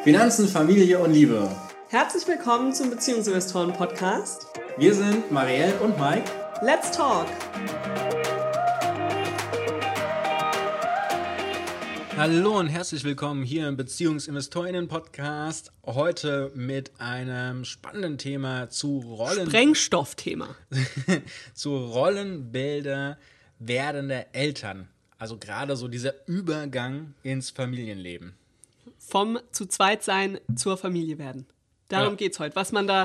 Finanzen, Familie und Liebe. Herzlich willkommen zum Beziehungsinvestoren-Podcast. Wir sind Marielle und Mike. Let's talk! Hallo und herzlich willkommen hier im Beziehungsinvestorinnen-Podcast. Heute mit einem spannenden Thema zu Sprengstoffthema. zu Rollenbilder werdender Eltern. Also gerade so dieser Übergang ins Familienleben. Vom zu zweit sein zur Familie werden. Darum geht's heute. Was einem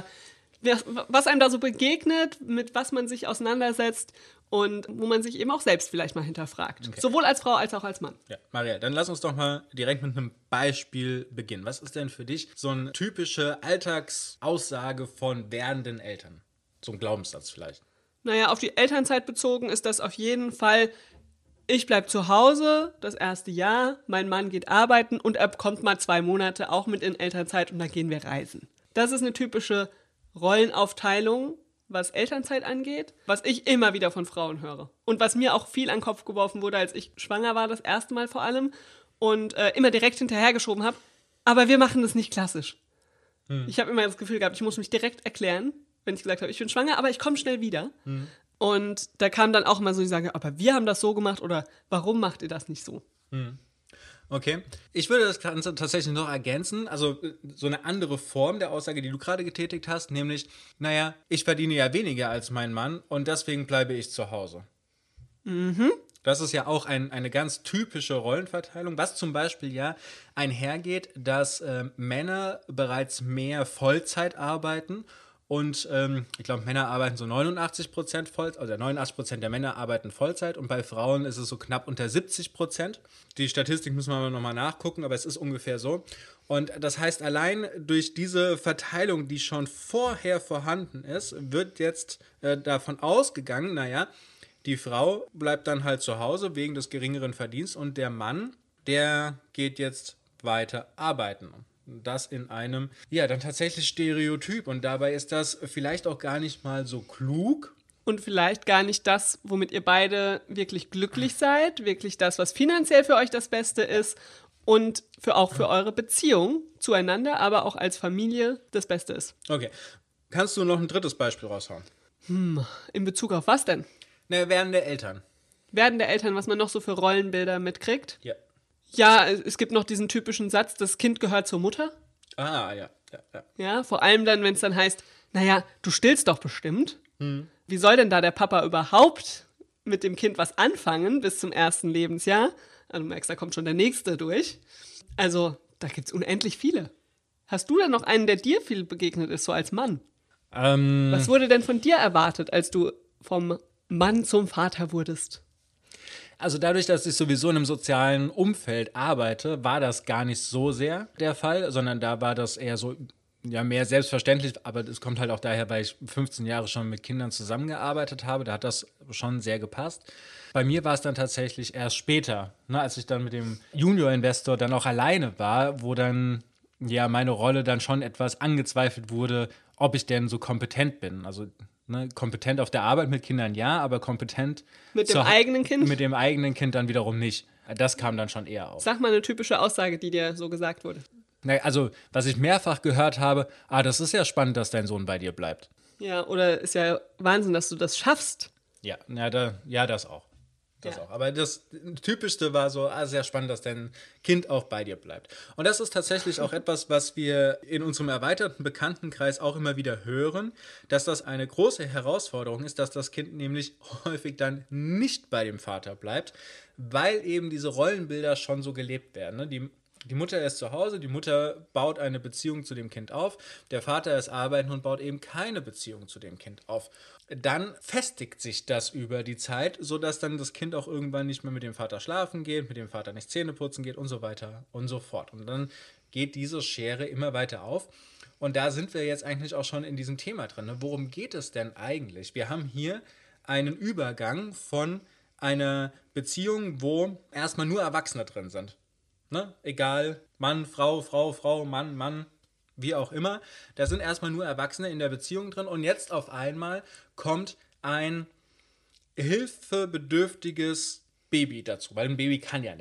da so begegnet, mit was man sich auseinandersetzt und wo man sich eben auch selbst vielleicht mal hinterfragt. Okay. Sowohl als Frau als auch als Mann. Ja, Maria, dann lass uns doch mal direkt mit einem Beispiel beginnen. Was ist denn für dich so eine typische Alltagsaussage von werdenden Eltern? So ein Glaubenssatz vielleicht. Naja, auf die Elternzeit bezogen ist das auf jeden Fall: Ich bleibe zu Hause das erste Jahr, mein Mann geht arbeiten und er kommt mal 2 Monate auch mit in Elternzeit und dann gehen wir reisen. Das ist eine typische Rollenaufteilung, was Elternzeit angeht, was ich immer wieder von Frauen höre. Und was mir auch viel an den Kopf geworfen wurde, als ich schwanger war, das erste Mal vor allem, und immer direkt hinterhergeschoben habe, aber wir machen das nicht klassisch. Ich habe immer das Gefühl gehabt, ich muss mich direkt erklären, wenn ich gesagt habe, ich bin schwanger, aber ich komme schnell wieder. Und da kam dann auch immer so die Sage, aber wir haben das so gemacht oder warum macht ihr das nicht so? Okay. Ich würde das Ganze tatsächlich noch ergänzen, also so eine andere Form der Aussage, die du gerade getätigt hast, nämlich, naja, ich verdiene ja weniger als mein Mann und deswegen bleibe ich zu Hause. Das ist ja auch eine ganz typische Rollenverteilung, was zum Beispiel ja einhergeht, dass Männer bereits mehr Vollzeit arbeiten. Und ich glaube, Männer arbeiten so 89% Vollzeit, also 89% der Männer arbeiten Vollzeit und bei Frauen ist es so knapp unter 70%. Die Statistik müssen wir aber nochmal nachgucken, aber es ist ungefähr so. Und das heißt, allein durch diese Verteilung, die schon vorher vorhanden ist, wird jetzt davon ausgegangen, naja, die Frau bleibt dann halt zu Hause wegen des geringeren Verdienstes und der Mann, der geht jetzt weiter arbeiten. Das in einem, ja, dann tatsächlich Stereotyp. Und dabei ist das vielleicht auch gar nicht mal so klug. Und vielleicht gar nicht das, womit ihr beide wirklich glücklich seid, wirklich das, was finanziell für euch das Beste ist und auch für eure Beziehung zueinander, aber auch als Familie das Beste ist. Okay. Kannst du noch ein drittes Beispiel raushauen? In Bezug auf was denn? Na, werdende Eltern. Werdende Eltern, was man noch so für Rollenbilder mitkriegt? Ja. Ja, es gibt noch diesen typischen Satz, das Kind gehört zur Mutter. Ah, ja. Ja, vor allem dann, wenn es dann heißt, naja, du stillst doch bestimmt. Wie soll denn da der Papa überhaupt mit dem Kind was anfangen bis zum 1. Lebensjahr? Also du merkst, da kommt schon der Nächste durch. Also, da gibt's unendlich viele. Hast du denn noch einen, der dir viel begegnet ist, so als Mann? Was wurde denn von dir erwartet, als du vom Mann zum Vater wurdest? Also dadurch, dass ich sowieso in einem sozialen Umfeld arbeite, war das gar nicht so sehr der Fall, sondern da war das eher so, ja, mehr selbstverständlich, aber es kommt halt auch daher, weil ich 15 Jahre schon mit Kindern zusammengearbeitet habe, da hat das schon sehr gepasst. Bei mir war es dann tatsächlich erst später, als ich dann mit dem Junior-Investor dann auch alleine war, wo dann ja meine Rolle dann schon etwas angezweifelt wurde, ob ich denn so kompetent bin, also kompetent auf der Arbeit mit Kindern ja, aber kompetent mit dem eigenen Kind? Mit dem eigenen Kind dann wiederum nicht. Das kam dann schon eher auf. Sag mal eine typische Aussage, die dir so gesagt wurde. Also, was ich mehrfach gehört habe, das ist ja spannend, dass dein Sohn bei dir bleibt. Ja, oder ist ja Wahnsinn, dass du das schaffst. Ja, das auch. Aber das Typischste war so, sehr spannend, dass dein Kind auch bei dir bleibt. Und das ist tatsächlich auch etwas, was wir in unserem erweiterten Bekanntenkreis auch immer wieder hören, dass das eine große Herausforderung ist, dass das Kind nämlich häufig dann nicht bei dem Vater bleibt, weil eben diese Rollenbilder schon so gelebt werden. Ne? Die Mutter ist zu Hause, die Mutter baut eine Beziehung zu dem Kind auf, der Vater ist arbeiten und baut eben keine Beziehung zu dem Kind auf. Dann festigt sich das über die Zeit, sodass dann das Kind auch irgendwann nicht mehr mit dem Vater schlafen geht, mit dem Vater nicht Zähne putzen geht und so weiter und so fort. Und dann geht diese Schere immer weiter auf. Und da sind wir jetzt eigentlich auch schon in diesem Thema drin. Ne? Worum geht es denn eigentlich? Wir haben hier einen Übergang von einer Beziehung, wo erstmal nur Erwachsene drin sind. Ne? Egal, Mann, Frau, Frau, Frau, Mann, Mann, wie auch immer. Da sind erstmal nur Erwachsene in der Beziehung drin und jetzt auf einmal kommt ein hilfebedürftiges Baby dazu, weil ein Baby kann ja nichts.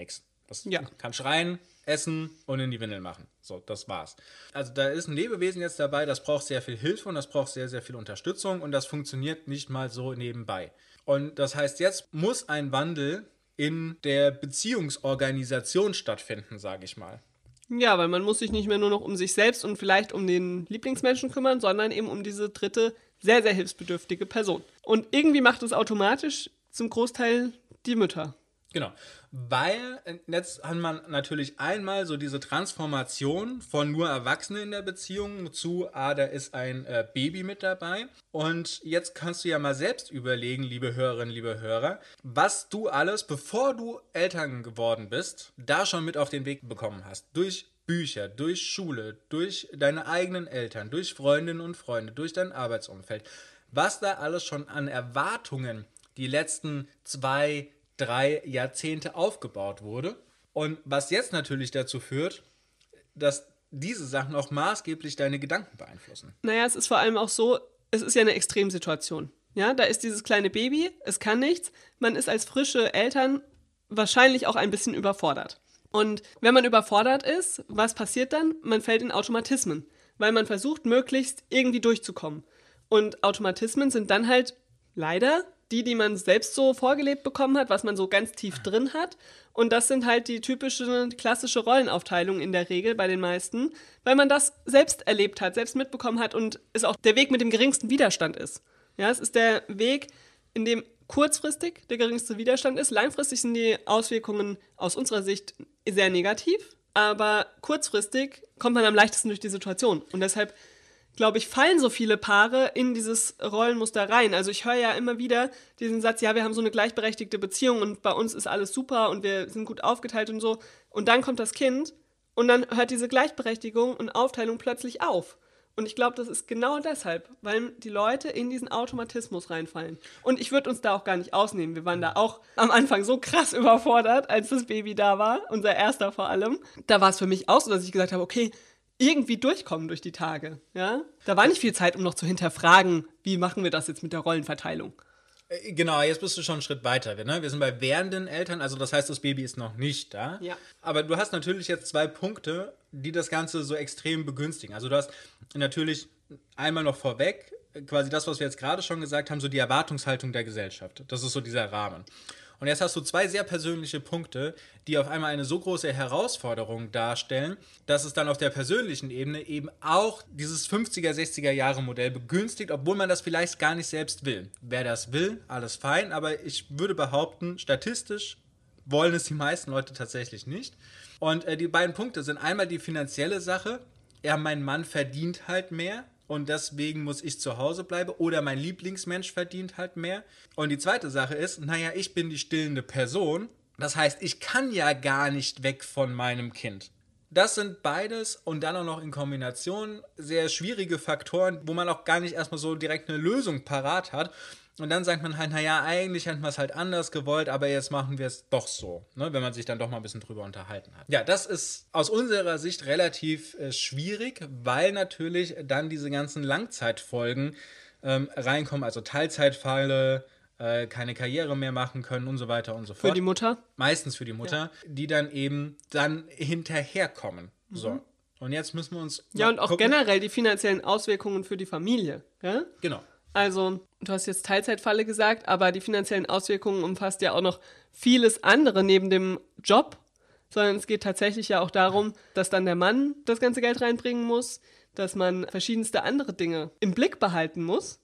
Das kann schreien, essen und in die Windel machen. So, das war's. Also da ist ein Lebewesen jetzt dabei, das braucht sehr viel Hilfe und das braucht sehr, sehr viel Unterstützung und das funktioniert nicht mal so nebenbei. Und das heißt, jetzt muss ein Wandel in der Beziehungsorganisation stattfinden, sage ich mal. Ja, weil man muss sich nicht mehr nur noch um sich selbst und vielleicht um den Lieblingsmenschen kümmern, sondern eben um diese dritte, sehr, sehr hilfsbedürftige Person. Und irgendwie macht es automatisch zum Großteil die Mütter. Genau, weil jetzt hat man natürlich einmal so diese Transformation von nur Erwachsenen in der Beziehung zu, da ist ein Baby mit dabei. Und jetzt kannst du ja mal selbst überlegen, liebe Hörerinnen, liebe Hörer, was du alles, bevor du Eltern geworden bist, da schon mit auf den Weg bekommen hast. Durch Bücher, durch Schule, durch deine eigenen Eltern, durch Freundinnen und Freunde, durch dein Arbeitsumfeld. Was da alles schon an Erwartungen die letzten 2, 3 Jahrzehnte aufgebaut wurde. Und was jetzt natürlich dazu führt, dass diese Sachen auch maßgeblich deine Gedanken beeinflussen. Naja, es ist vor allem auch so, es ist ja eine Extremsituation. Ja, da ist dieses kleine Baby, es kann nichts. Man ist als frische Eltern wahrscheinlich auch ein bisschen überfordert. Und wenn man überfordert ist, was passiert dann? Man fällt in Automatismen, weil man versucht, möglichst irgendwie durchzukommen. Und Automatismen sind dann halt leider die man selbst so vorgelebt bekommen hat, was man so ganz tief drin hat. Und das sind halt die typische klassische Rollenaufteilung in der Regel bei den meisten, weil man das selbst erlebt hat, selbst mitbekommen hat und es auch der Weg mit dem geringsten Widerstand ist. Ja, es ist der Weg, in dem kurzfristig der geringste Widerstand ist. Langfristig sind die Auswirkungen aus unserer Sicht sehr negativ, aber kurzfristig kommt man am leichtesten durch die Situation. Und deshalb glaube ich, fallen so viele Paare in dieses Rollenmuster rein. Also ich höre ja immer wieder diesen Satz, ja, wir haben so eine gleichberechtigte Beziehung und bei uns ist alles super und wir sind gut aufgeteilt und so. Und dann kommt das Kind und dann hört diese Gleichberechtigung und Aufteilung plötzlich auf. Und ich glaube, das ist genau deshalb, weil die Leute in diesen Automatismus reinfallen. Und ich würde uns da auch gar nicht ausnehmen. Wir waren da auch am Anfang so krass überfordert, als das Baby da war, unser erster vor allem. Da war es für mich auch so, dass ich gesagt habe, okay, irgendwie durchkommen durch die Tage, ja? Da war nicht viel Zeit, um noch zu hinterfragen, wie machen wir das jetzt mit der Rollenverteilung. Genau, jetzt bist du schon einen Schritt weiter. Ne? Wir sind bei werdenden Eltern, also das heißt, das Baby ist noch nicht da. Ja. Aber du hast natürlich jetzt 2 Punkte, die das Ganze so extrem begünstigen. Also du hast natürlich einmal noch vorweg, quasi das, was wir jetzt gerade schon gesagt haben, so die Erwartungshaltung der Gesellschaft. Das ist so dieser Rahmen. Und jetzt hast du 2 sehr persönliche Punkte, die auf einmal eine so große Herausforderung darstellen, dass es dann auf der persönlichen Ebene eben auch dieses 50er, 60er Jahre Modell begünstigt, obwohl man das vielleicht gar nicht selbst will. Wer das will, alles fein, aber ich würde behaupten, statistisch wollen es die meisten Leute tatsächlich nicht. Und die beiden Punkte sind einmal die finanzielle Sache. Ja, mein Mann verdient halt mehr. Und deswegen muss ich zu Hause bleiben. Oder mein Lieblingsmensch verdient halt mehr. Und die zweite Sache ist, naja, ich bin die stillende Person. Das heißt, ich kann ja gar nicht weg von meinem Kind. Das sind beides und dann auch noch in Kombination sehr schwierige Faktoren, wo man auch gar nicht erstmal so direkt eine Lösung parat hat. Und dann sagt man halt, naja, eigentlich hätten wir es halt anders gewollt, aber jetzt machen wir es doch so, ne, wenn man sich dann doch mal ein bisschen drüber unterhalten hat. Ja, das ist aus unserer Sicht relativ schwierig, weil natürlich dann diese ganzen Langzeitfolgen reinkommen, also Teilzeitfälle, keine Karriere mehr machen können und so weiter und so fort. Für die Mutter? Meistens für die Mutter, ja. Die dann eben dann hinterherkommen. So. Und jetzt müssen wir uns ja, und auch gucken. Generell die finanziellen Auswirkungen für die Familie. Ja? Genau. Also, du hast jetzt Teilzeitfalle gesagt, aber die finanziellen Auswirkungen umfasst ja auch noch vieles andere neben dem Job, sondern es geht tatsächlich ja auch darum, dass dann der Mann das ganze Geld reinbringen muss, dass man verschiedenste andere Dinge im Blick behalten muss.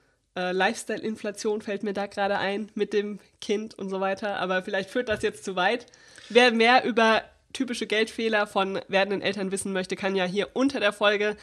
Lifestyle-Inflation fällt mir da gerade ein mit dem Kind und so weiter, aber vielleicht führt das jetzt zu weit. Wer mehr über typische Geldfehler von werdenden Eltern wissen möchte, kann ja hier unter der Folge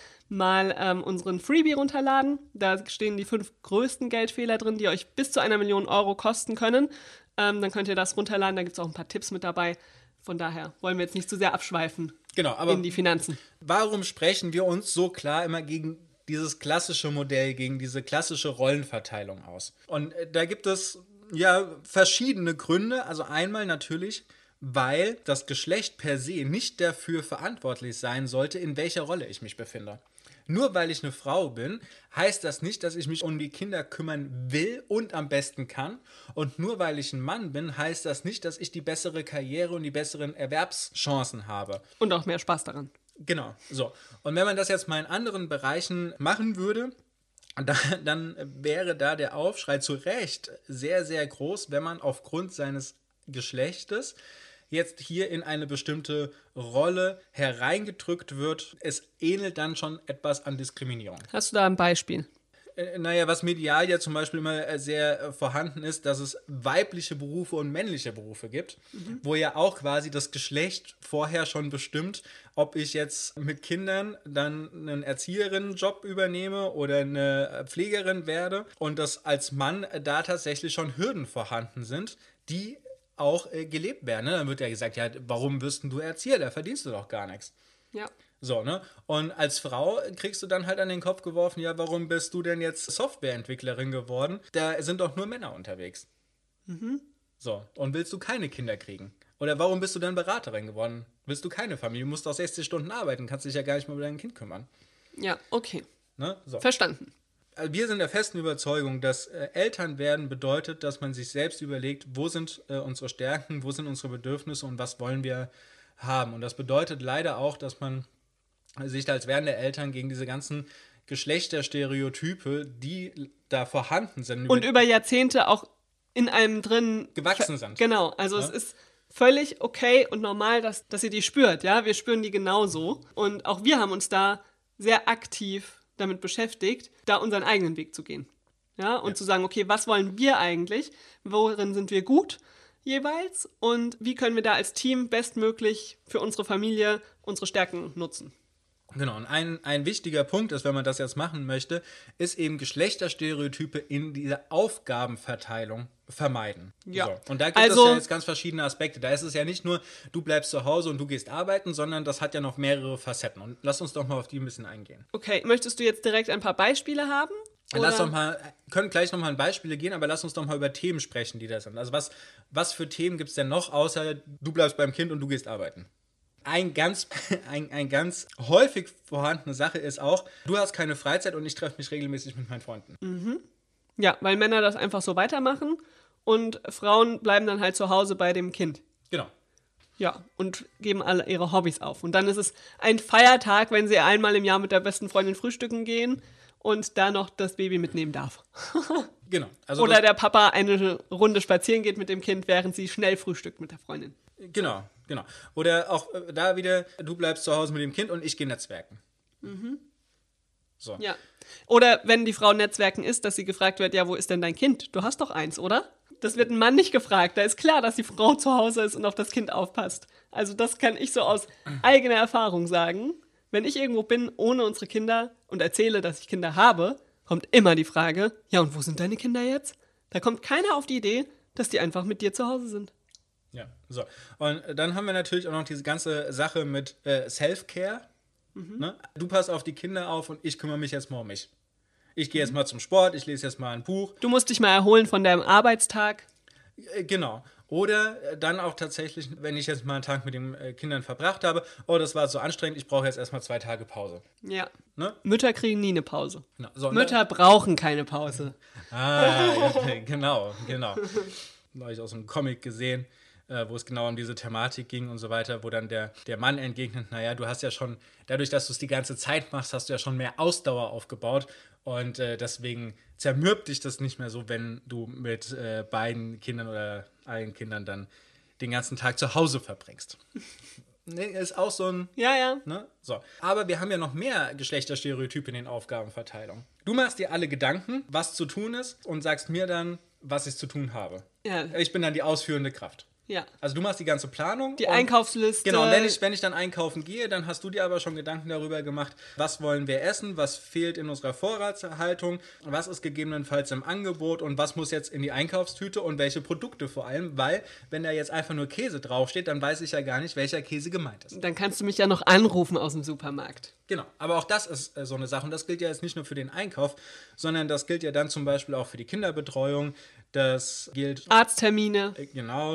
mal unseren Freebie runterladen. Da stehen die 5 größten Geldfehler drin, die euch bis zu 1 Million Euro kosten können. Dann könnt ihr das runterladen, da gibt es auch ein paar Tipps mit dabei. Von daher wollen wir jetzt nicht zu sehr abschweifen in die Finanzen. Warum sprechen wir uns so klar immer gegen dieses klassische Modell, gegen diese klassische Rollenverteilung aus? Und da gibt es ja verschiedene Gründe. Also einmal natürlich, weil das Geschlecht per se nicht dafür verantwortlich sein sollte, in welcher Rolle ich mich befinde. Nur weil ich eine Frau bin, heißt das nicht, dass ich mich um die Kinder kümmern will und am besten kann. Und nur weil ich ein Mann bin, heißt das nicht, dass ich die bessere Karriere und die besseren Erwerbschancen habe. Und auch mehr Spaß daran. Genau, so. Und wenn man das jetzt mal in anderen Bereichen machen würde, dann wäre da der Aufschrei zu Recht sehr, sehr groß, wenn man aufgrund seines Geschlechtes jetzt hier in eine bestimmte Rolle hereingedrückt wird. Es ähnelt dann schon etwas an Diskriminierung. Hast du da ein Beispiel? Naja, was medial ja zum Beispiel immer sehr vorhanden ist, dass es weibliche Berufe und männliche Berufe gibt, wo ja auch quasi das Geschlecht vorher schon bestimmt, ob ich jetzt mit Kindern dann einen Erzieherinnenjob übernehme oder eine Pflegerin werde und dass als Mann da tatsächlich schon Hürden vorhanden sind, die auch gelebt werden. Ne? Dann wird ja gesagt, ja, warum wirst denn du Erzieher? Da verdienst du doch gar nichts. Ja. So, ne? Und als Frau kriegst du dann halt an den Kopf geworfen, ja, warum bist du denn jetzt Softwareentwicklerin geworden? Da sind doch nur Männer unterwegs. So, und willst du keine Kinder kriegen? Oder warum bist du dann Beraterin geworden? Willst du keine Familie? Du musst auch 60 Stunden arbeiten, kannst dich ja gar nicht mehr um dein Kind kümmern. Ja, okay. Ne? So. Verstanden. Wir sind der festen Überzeugung, dass Elternwerden bedeutet, dass man sich selbst überlegt, wo sind unsere Stärken, wo sind unsere Bedürfnisse und was wollen wir haben. Und das bedeutet leider auch, dass man sich als werdende Eltern gegen diese ganzen Geschlechterstereotype, die da vorhanden sind. Und über Jahrzehnte auch in einem drin gewachsen sind. Genau, also es ist völlig okay und normal, dass ihr die spürt, ja, wir spüren die genauso und auch wir haben uns da sehr aktiv damit beschäftigt, da unseren eigenen Weg zu gehen, ja, und zu sagen, okay, was wollen wir eigentlich, worin sind wir gut jeweils und wie können wir da als Team bestmöglich für unsere Familie unsere Stärken nutzen. Genau, und ein wichtiger Punkt ist, wenn man das jetzt machen möchte, ist eben Geschlechterstereotype in dieser Aufgabenverteilung vermeiden. Ja. So. Und da gibt es ja jetzt ganz verschiedene Aspekte. Da ist es ja nicht nur, du bleibst zu Hause und du gehst arbeiten, sondern das hat ja noch mehrere Facetten. Und lass uns doch mal auf die ein bisschen eingehen. Okay, möchtest du jetzt direkt ein paar Beispiele haben? Lass doch mal, können gleich nochmal in Beispiele gehen, aber lass uns doch mal über Themen sprechen, die da sind. Also was für Themen gibt es denn noch, außer du bleibst beim Kind und du gehst arbeiten? Ein ganz häufig vorhandene Sache ist auch, du hast keine Freizeit und ich treffe mich regelmäßig mit meinen Freunden. Ja, weil Männer das einfach so weitermachen und Frauen bleiben dann halt zu Hause bei dem Kind. Genau. Ja, und geben alle ihre Hobbys auf. Und dann ist es ein Feiertag, wenn sie einmal im Jahr mit der besten Freundin frühstücken gehen und da noch das Baby mitnehmen darf. Genau. Also oder der Papa eine Runde spazieren geht mit dem Kind, während sie schnell frühstückt mit der Freundin. Genau. Oder auch da wieder, du bleibst zu Hause mit dem Kind und ich gehe netzwerken. So. Ja. Oder wenn die Frau Netzwerken ist, dass sie gefragt wird, ja, wo ist denn dein Kind? Du hast doch eins, oder? Das wird ein Mann nicht gefragt. Da ist klar, dass die Frau zu Hause ist und auf das Kind aufpasst. Also das kann ich so aus eigener Erfahrung sagen. Wenn ich irgendwo bin ohne unsere Kinder und erzähle, dass ich Kinder habe, kommt immer die Frage, ja, und wo sind deine Kinder jetzt? Da kommt keiner auf die Idee, dass die einfach mit dir zu Hause sind. Ja, so. Und dann haben wir natürlich auch noch diese ganze Sache mit Self-Care. Ne? Du passt auf die Kinder auf und ich kümmere mich jetzt mal um mich. Ich gehe jetzt mal zum Sport, ich lese jetzt mal ein Buch. Du musst dich mal erholen von deinem Arbeitstag. Genau. Oder dann auch tatsächlich, wenn ich jetzt mal einen Tag mit den Kindern verbracht habe, oh, das war so anstrengend, ich brauche jetzt erstmal 2 Tage Pause. Ja. Ne? Mütter kriegen nie eine Pause. Genau. So, Mütter brauchen keine Pause. Genau. Da habe ich auch so einen Comic gesehen, wo es genau um diese Thematik ging und so weiter, wo dann der Mann entgegnet, naja, du hast ja schon, dadurch, dass du es die ganze Zeit machst, hast du ja schon mehr Ausdauer aufgebaut und deswegen zermürbt dich das nicht mehr so, wenn du mit beiden Kindern oder allen Kindern dann den ganzen Tag zu Hause verbringst. Ne, ist auch so ein... Ja. Ne? So. Aber wir haben ja noch mehr Geschlechterstereotype in den Aufgabenverteilungen. Du machst dir alle Gedanken, was zu tun ist und sagst mir dann, was ich zu tun habe. Ja. Ich bin dann die ausführende Kraft. Ja. Also du machst die ganze Planung. Die Einkaufsliste. Genau, und wenn ich dann einkaufen gehe, dann hast du dir aber schon Gedanken darüber gemacht, was wollen wir essen, was fehlt in unserer Vorratshaltung, was ist gegebenenfalls im Angebot und was muss jetzt in die Einkaufstüte und welche Produkte vor allem, weil wenn da jetzt einfach nur Käse draufsteht, dann weiß ich ja gar nicht, welcher Käse gemeint ist. Dann kannst du mich ja noch anrufen aus dem Supermarkt. Genau, aber auch das ist so eine Sache und das gilt ja jetzt nicht nur für den Einkauf, sondern das gilt ja dann zum Beispiel auch für die Kinderbetreuung, das gilt... Arzttermine. Genau,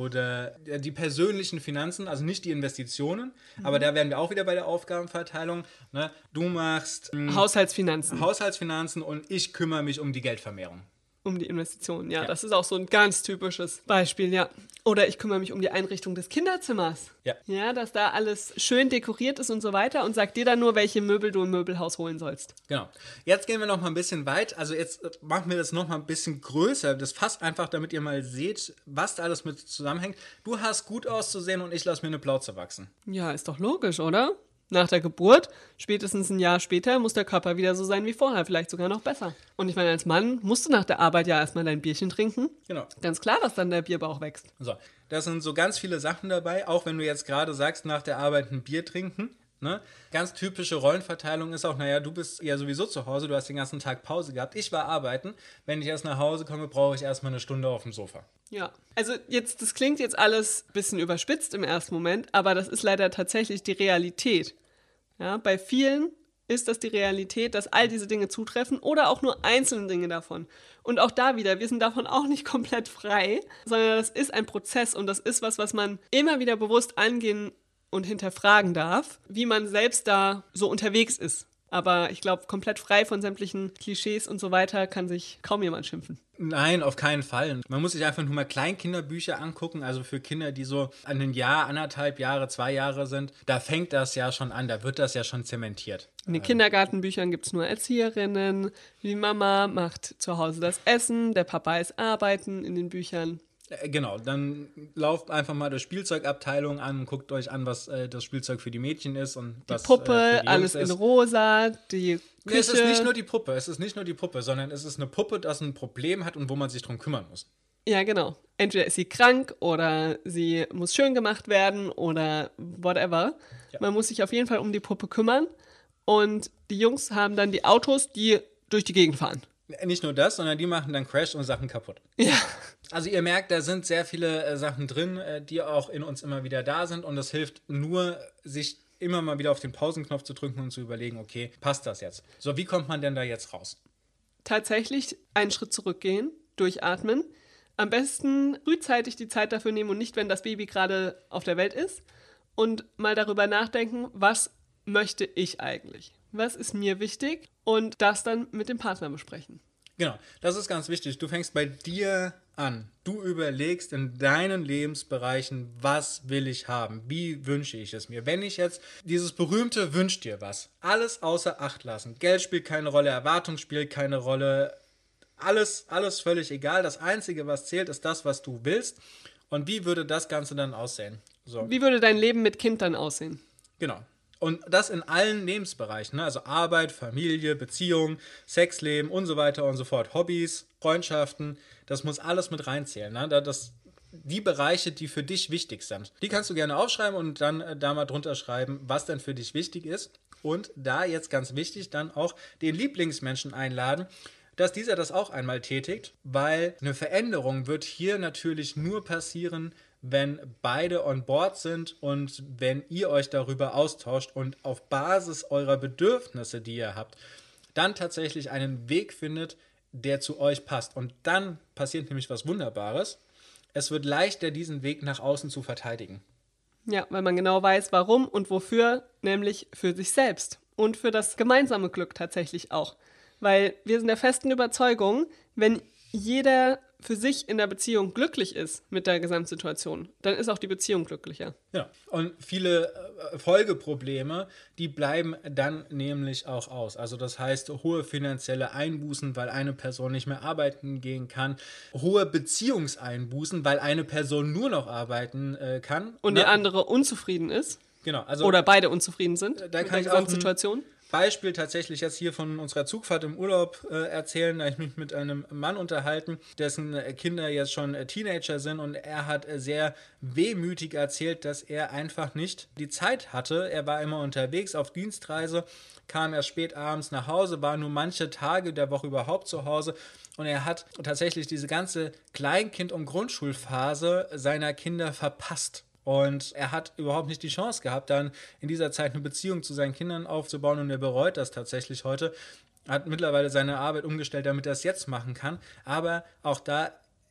oder die persönlichen Finanzen, also nicht die Investitionen, aber da wären wir auch wieder bei der Aufgabenverteilung. Ne? Du machst Haushaltsfinanzen und ich kümmere mich um die Geldvermehrung. Um die Investitionen, ja. Das ist auch so ein ganz typisches Beispiel, ja. Oder ich kümmere mich um die Einrichtung des Kinderzimmers. Ja, dass da alles schön dekoriert ist und so weiter und sag dir dann nur, welche Möbel du im Möbelhaus holen sollst. Genau. Jetzt gehen wir noch mal ein bisschen weit. Also jetzt machen wir das noch mal ein bisschen größer. Das fasst einfach, damit ihr mal seht, was da alles mit zusammenhängt. Du hast gut auszusehen und ich lasse mir eine Plauze wachsen. Ja, ist doch logisch, oder? Nach der Geburt, spätestens ein Jahr später, muss der Körper wieder so sein wie vorher, vielleicht sogar noch besser. Und ich meine, als Mann musst du nach der Arbeit ja erstmal dein Bierchen trinken. Genau. Ganz klar, dass dann der Bierbauch wächst. So, das sind so ganz viele Sachen dabei, auch wenn du jetzt gerade sagst, nach der Arbeit ein Bier trinken. Ne? Ganz typische Rollenverteilung ist auch, naja, du bist ja sowieso zu Hause, du hast den ganzen Tag Pause gehabt. Ich war arbeiten. Wenn ich erst nach Hause komme, brauche ich erstmal eine Stunde auf dem Sofa. Ja, also das klingt jetzt alles ein bisschen überspitzt im ersten Moment, aber das ist leider tatsächlich die Realität. Ja, bei vielen ist das die Realität, dass all diese Dinge zutreffen oder auch nur einzelne Dinge davon. Und auch da wieder, wir sind davon auch nicht komplett frei, sondern das ist ein Prozess und das ist was man immer wieder bewusst angehen und hinterfragen darf, wie man selbst da so unterwegs ist. Aber ich glaube, komplett frei von sämtlichen Klischees und so weiter kann sich kaum jemand schimpfen. Nein, auf keinen Fall. Man muss sich einfach nur mal Kleinkinderbücher angucken, also für Kinder, die so ein Jahr, 1,5 Jahre, 2 Jahre sind. Da fängt das ja schon an, da wird das ja schon zementiert. In den Kindergartenbüchern gibt es nur Erzieherinnen, die Mama macht zu Hause das Essen, der Papa ist arbeiten in den Büchern. Genau, dann lauft einfach mal die Spielzeugabteilung an und guckt euch an, was das Spielzeug für die Mädchen ist und was die Puppe, für die Jungs alles in rosa, die Küche. Es ist nicht nur die Puppe, sondern es ist eine Puppe, das ein Problem hat und wo man sich drum kümmern muss. Ja, genau. Entweder ist sie krank oder sie muss schön gemacht werden oder whatever. Ja. Man muss sich auf jeden Fall um die Puppe kümmern und die Jungs haben dann die Autos, die durch die Gegend fahren. Nicht nur das, sondern die machen dann Crash und Sachen kaputt. Ja. Also ihr merkt, da sind sehr viele Sachen drin, die auch in uns immer wieder da sind und es hilft nur, sich immer mal wieder auf den Pausenknopf zu drücken und zu überlegen, okay, passt das jetzt? So, wie kommt man denn da jetzt raus? Tatsächlich einen Schritt zurückgehen, durchatmen, am besten frühzeitig die Zeit dafür nehmen und nicht, wenn das Baby gerade auf der Welt ist und mal darüber nachdenken, was möchte ich eigentlich? Was ist mir wichtig? Und das dann mit dem Partner besprechen. Genau, das ist ganz wichtig. Du fängst bei dir an. Du überlegst in deinen Lebensbereichen, was will ich haben? Wie wünsche ich es mir? Wenn ich jetzt dieses berühmte Wünsch dir was, alles außer Acht lassen. Geld spielt keine Rolle, Erwartung spielt keine Rolle. Alles völlig egal. Das Einzige, was zählt, ist das, was du willst. Und wie würde das Ganze dann aussehen? So. Wie würde dein Leben mit Kind dann aussehen? Genau. Und das in allen Lebensbereichen, ne? Also Arbeit, Familie, Beziehung, Sexleben und so weiter und so fort. Hobbys, Freundschaften, das muss alles mit reinzählen. Ne? Die Bereiche, die für dich wichtig sind, die kannst du gerne aufschreiben und dann da mal drunter schreiben, was denn für dich wichtig ist. Und da jetzt ganz wichtig, dann auch den Lieblingsmenschen einladen, dass dieser das auch einmal tätigt, weil eine Veränderung wird hier natürlich nur passieren, wenn beide on board sind und wenn ihr euch darüber austauscht und auf Basis eurer Bedürfnisse, die ihr habt, dann tatsächlich einen Weg findet, der zu euch passt. Und dann passiert nämlich was Wunderbares. Es wird leichter, diesen Weg nach außen zu verteidigen. Ja, weil man genau weiß, warum und wofür, nämlich für sich selbst und für das gemeinsame Glück tatsächlich auch. Weil wir sind der festen Überzeugung, wenn jeder für sich in der Beziehung glücklich ist mit der Gesamtsituation, dann ist auch die Beziehung glücklicher. Ja, und viele Folgeprobleme, die bleiben dann nämlich auch aus. Also das heißt, hohe finanzielle Einbußen, weil eine Person nicht mehr arbeiten gehen kann, hohe Beziehungseinbußen, weil eine Person nur noch arbeiten kann. Und die andere unzufrieden ist. Genau, also oder beide unzufrieden sind da mit kann der ich auch Gesamtsituation. Beispiel tatsächlich jetzt hier von unserer Zugfahrt im Urlaub erzählen. Da habe ich mich mit einem Mann unterhalten, dessen Kinder jetzt schon Teenager sind und er hat sehr wehmütig erzählt, dass er einfach nicht die Zeit hatte. Er war immer unterwegs auf Dienstreise, kam erst spät abends nach Hause, war nur manche Tage der Woche überhaupt zu Hause und er hat tatsächlich diese ganze Kleinkind- und Grundschulphase seiner Kinder verpasst. Und er hat überhaupt nicht die Chance gehabt, dann in dieser Zeit eine Beziehung zu seinen Kindern aufzubauen und er bereut das tatsächlich heute. Hat mittlerweile seine Arbeit umgestellt, damit er es jetzt machen kann. Aber auch da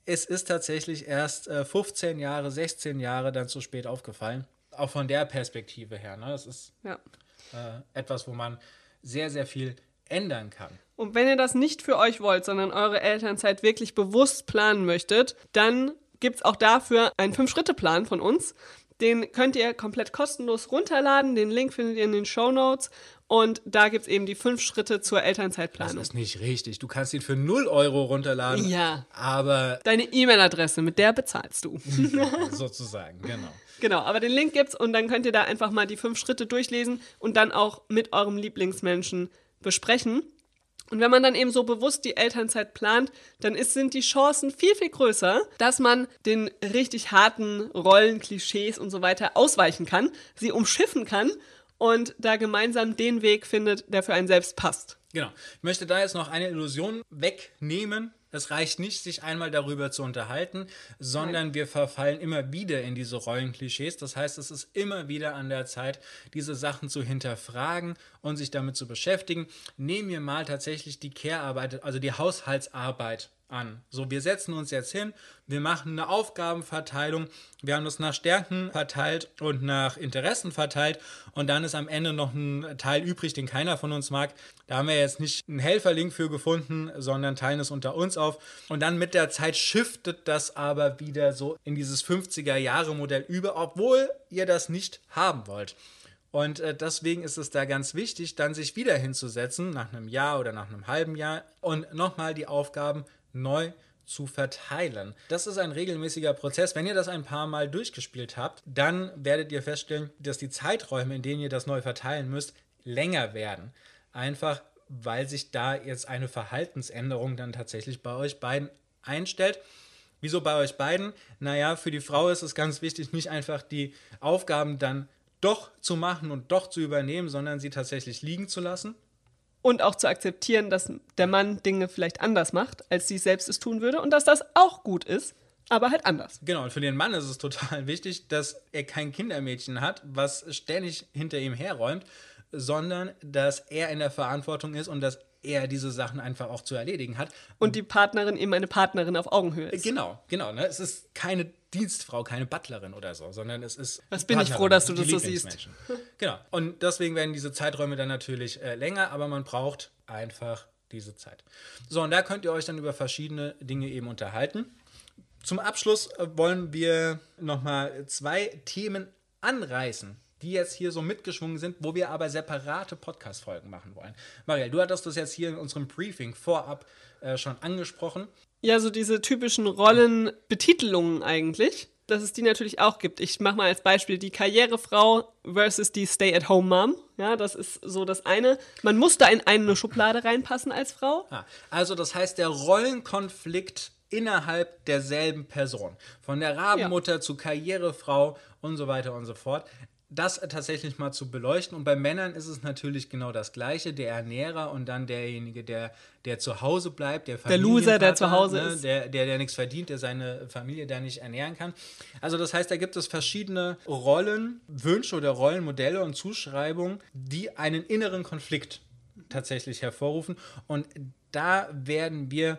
es ist tatsächlich erst 15 Jahre, 16 Jahre dann zu spät aufgefallen. Auch von der Perspektive her. Ne? Das ist etwas, wo man sehr, sehr viel ändern kann. Und wenn ihr das nicht für euch wollt, sondern eure Elternzeit wirklich bewusst planen möchtet, dann gibt es auch dafür einen 5-Schritte-Plan von uns. Den könnt ihr komplett kostenlos runterladen. Den Link findet ihr in den Shownotes. Und da gibt es eben die 5 Schritte zur Elternzeitplanung. Das ist nicht richtig. Du kannst ihn für 0 Euro runterladen. Ja. Aber deine E-Mail-Adresse, mit der bezahlst du. sozusagen, genau. Genau, aber den Link gibt's und dann könnt ihr da einfach mal die 5 Schritte durchlesen und dann auch mit eurem Lieblingsmenschen besprechen. Und wenn man dann eben so bewusst die Elternzeit plant, dann sind die Chancen viel, viel größer, dass man den richtig harten Rollen, Klischees und so weiter ausweichen kann, sie umschiffen kann und da gemeinsam den Weg findet, der für einen selbst passt. Genau. Ich möchte da jetzt noch eine Illusion wegnehmen. Es reicht nicht, sich einmal darüber zu unterhalten, sondern wir verfallen immer wieder in diese Rollenklischees. Das heißt, es ist immer wieder an der Zeit, diese Sachen zu hinterfragen und sich damit zu beschäftigen. Nehmen wir mal tatsächlich die Care-Arbeit, also die Haushaltsarbeit an. So, wir setzen uns jetzt hin, wir machen eine Aufgabenverteilung, wir haben das nach Stärken verteilt und nach Interessen verteilt und dann ist am Ende noch ein Teil übrig, den keiner von uns mag. Da haben wir jetzt nicht einen Helferling für gefunden, sondern teilen es unter uns auf und dann mit der Zeit shiftet das aber wieder so in dieses 50er-Jahre-Modell über, obwohl ihr das nicht haben wollt. Und deswegen ist es da ganz wichtig, dann sich wieder hinzusetzen, nach einem Jahr oder nach einem halben Jahr und nochmal die Aufgaben neu zu verteilen. Das ist ein regelmäßiger Prozess. Wenn ihr das ein paar Mal durchgespielt habt, dann werdet ihr feststellen, dass die Zeiträume, in denen ihr das neu verteilen müsst, länger werden. Einfach, weil sich da jetzt eine Verhaltensänderung dann tatsächlich bei euch beiden einstellt. Wieso bei euch beiden? Naja, für die Frau ist es ganz wichtig, nicht einfach die Aufgaben dann doch zu machen und doch zu übernehmen, sondern sie tatsächlich liegen zu lassen. Und auch zu akzeptieren, dass der Mann Dinge vielleicht anders macht, als sie selbst es tun würde und dass das auch gut ist, aber halt anders. Genau, und für den Mann ist es total wichtig, dass er kein Kindermädchen hat, was ständig hinter ihm herräumt, sondern dass er in der Verantwortung ist und dass er diese Sachen einfach auch zu erledigen hat. Und die Partnerin eben eine Partnerin auf Augenhöhe ist. Genau. Ne? Es ist keine Dienstfrau, keine Butlerin oder so, sondern es ist Was bin ich froh, dass du das so siehst. Genau. Und deswegen werden diese Zeiträume dann natürlich länger, aber man braucht einfach diese Zeit. So, und da könnt ihr euch dann über verschiedene Dinge eben unterhalten. Zum Abschluss wollen wir nochmal 2 Themen anreißen, die jetzt hier so mitgeschwungen sind, wo wir aber separate Podcast-Folgen machen wollen. Marielle, du hattest das jetzt hier in unserem Briefing vorab schon angesprochen. Ja, so diese typischen Rollenbetitelungen eigentlich, dass es die natürlich auch gibt. Ich mache mal als Beispiel die Karrierefrau versus die Stay-at-home-Mom. Ja, das ist so das eine. Man muss da in eine Schublade reinpassen als Frau. Also das heißt, der Rollenkonflikt innerhalb derselben Person. Von der Rabenmutter zu Karrierefrau und so weiter und so fort. Das tatsächlich mal zu beleuchten. Und bei Männern ist es natürlich genau das Gleiche. Der Ernährer und dann derjenige, der zu Hause bleibt, der Loser, der zu Hause ist. Der nichts verdient, der seine Familie da nicht ernähren kann. Also das heißt, da gibt es verschiedene Rollenwünsche oder Rollenmodelle und Zuschreibungen, die einen inneren Konflikt tatsächlich hervorrufen. Und da werden wir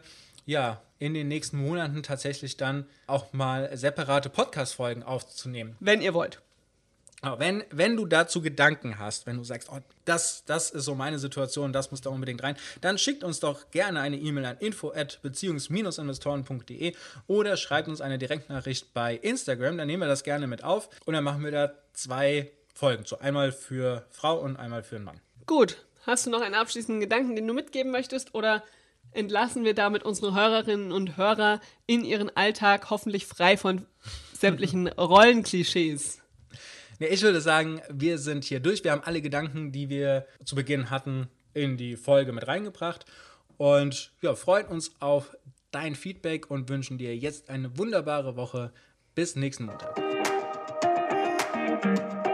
in den nächsten Monaten tatsächlich dann auch mal separate Podcast-Folgen aufzunehmen. Wenn ihr wollt. Wenn du dazu Gedanken hast, wenn du sagst, das ist so meine Situation, das muss da unbedingt rein, dann schickt uns doch gerne eine E-Mail an info@beziehungs-investoren.de oder schreibt uns eine Direktnachricht bei Instagram, dann nehmen wir das gerne mit auf und dann machen wir da 2 Folgen zu. Einmal für Frau und einmal für einen Mann. Gut, hast du noch einen abschließenden Gedanken, den du mitgeben möchtest oder entlassen wir damit unsere Hörerinnen und Hörer in ihren Alltag hoffentlich frei von sämtlichen Rollenklischees? Ja, ich würde sagen, wir sind hier durch. Wir haben alle Gedanken, die wir zu Beginn hatten, in die Folge mit reingebracht und freuen uns auf dein Feedback und wünschen dir jetzt eine wunderbare Woche. Bis nächsten Montag.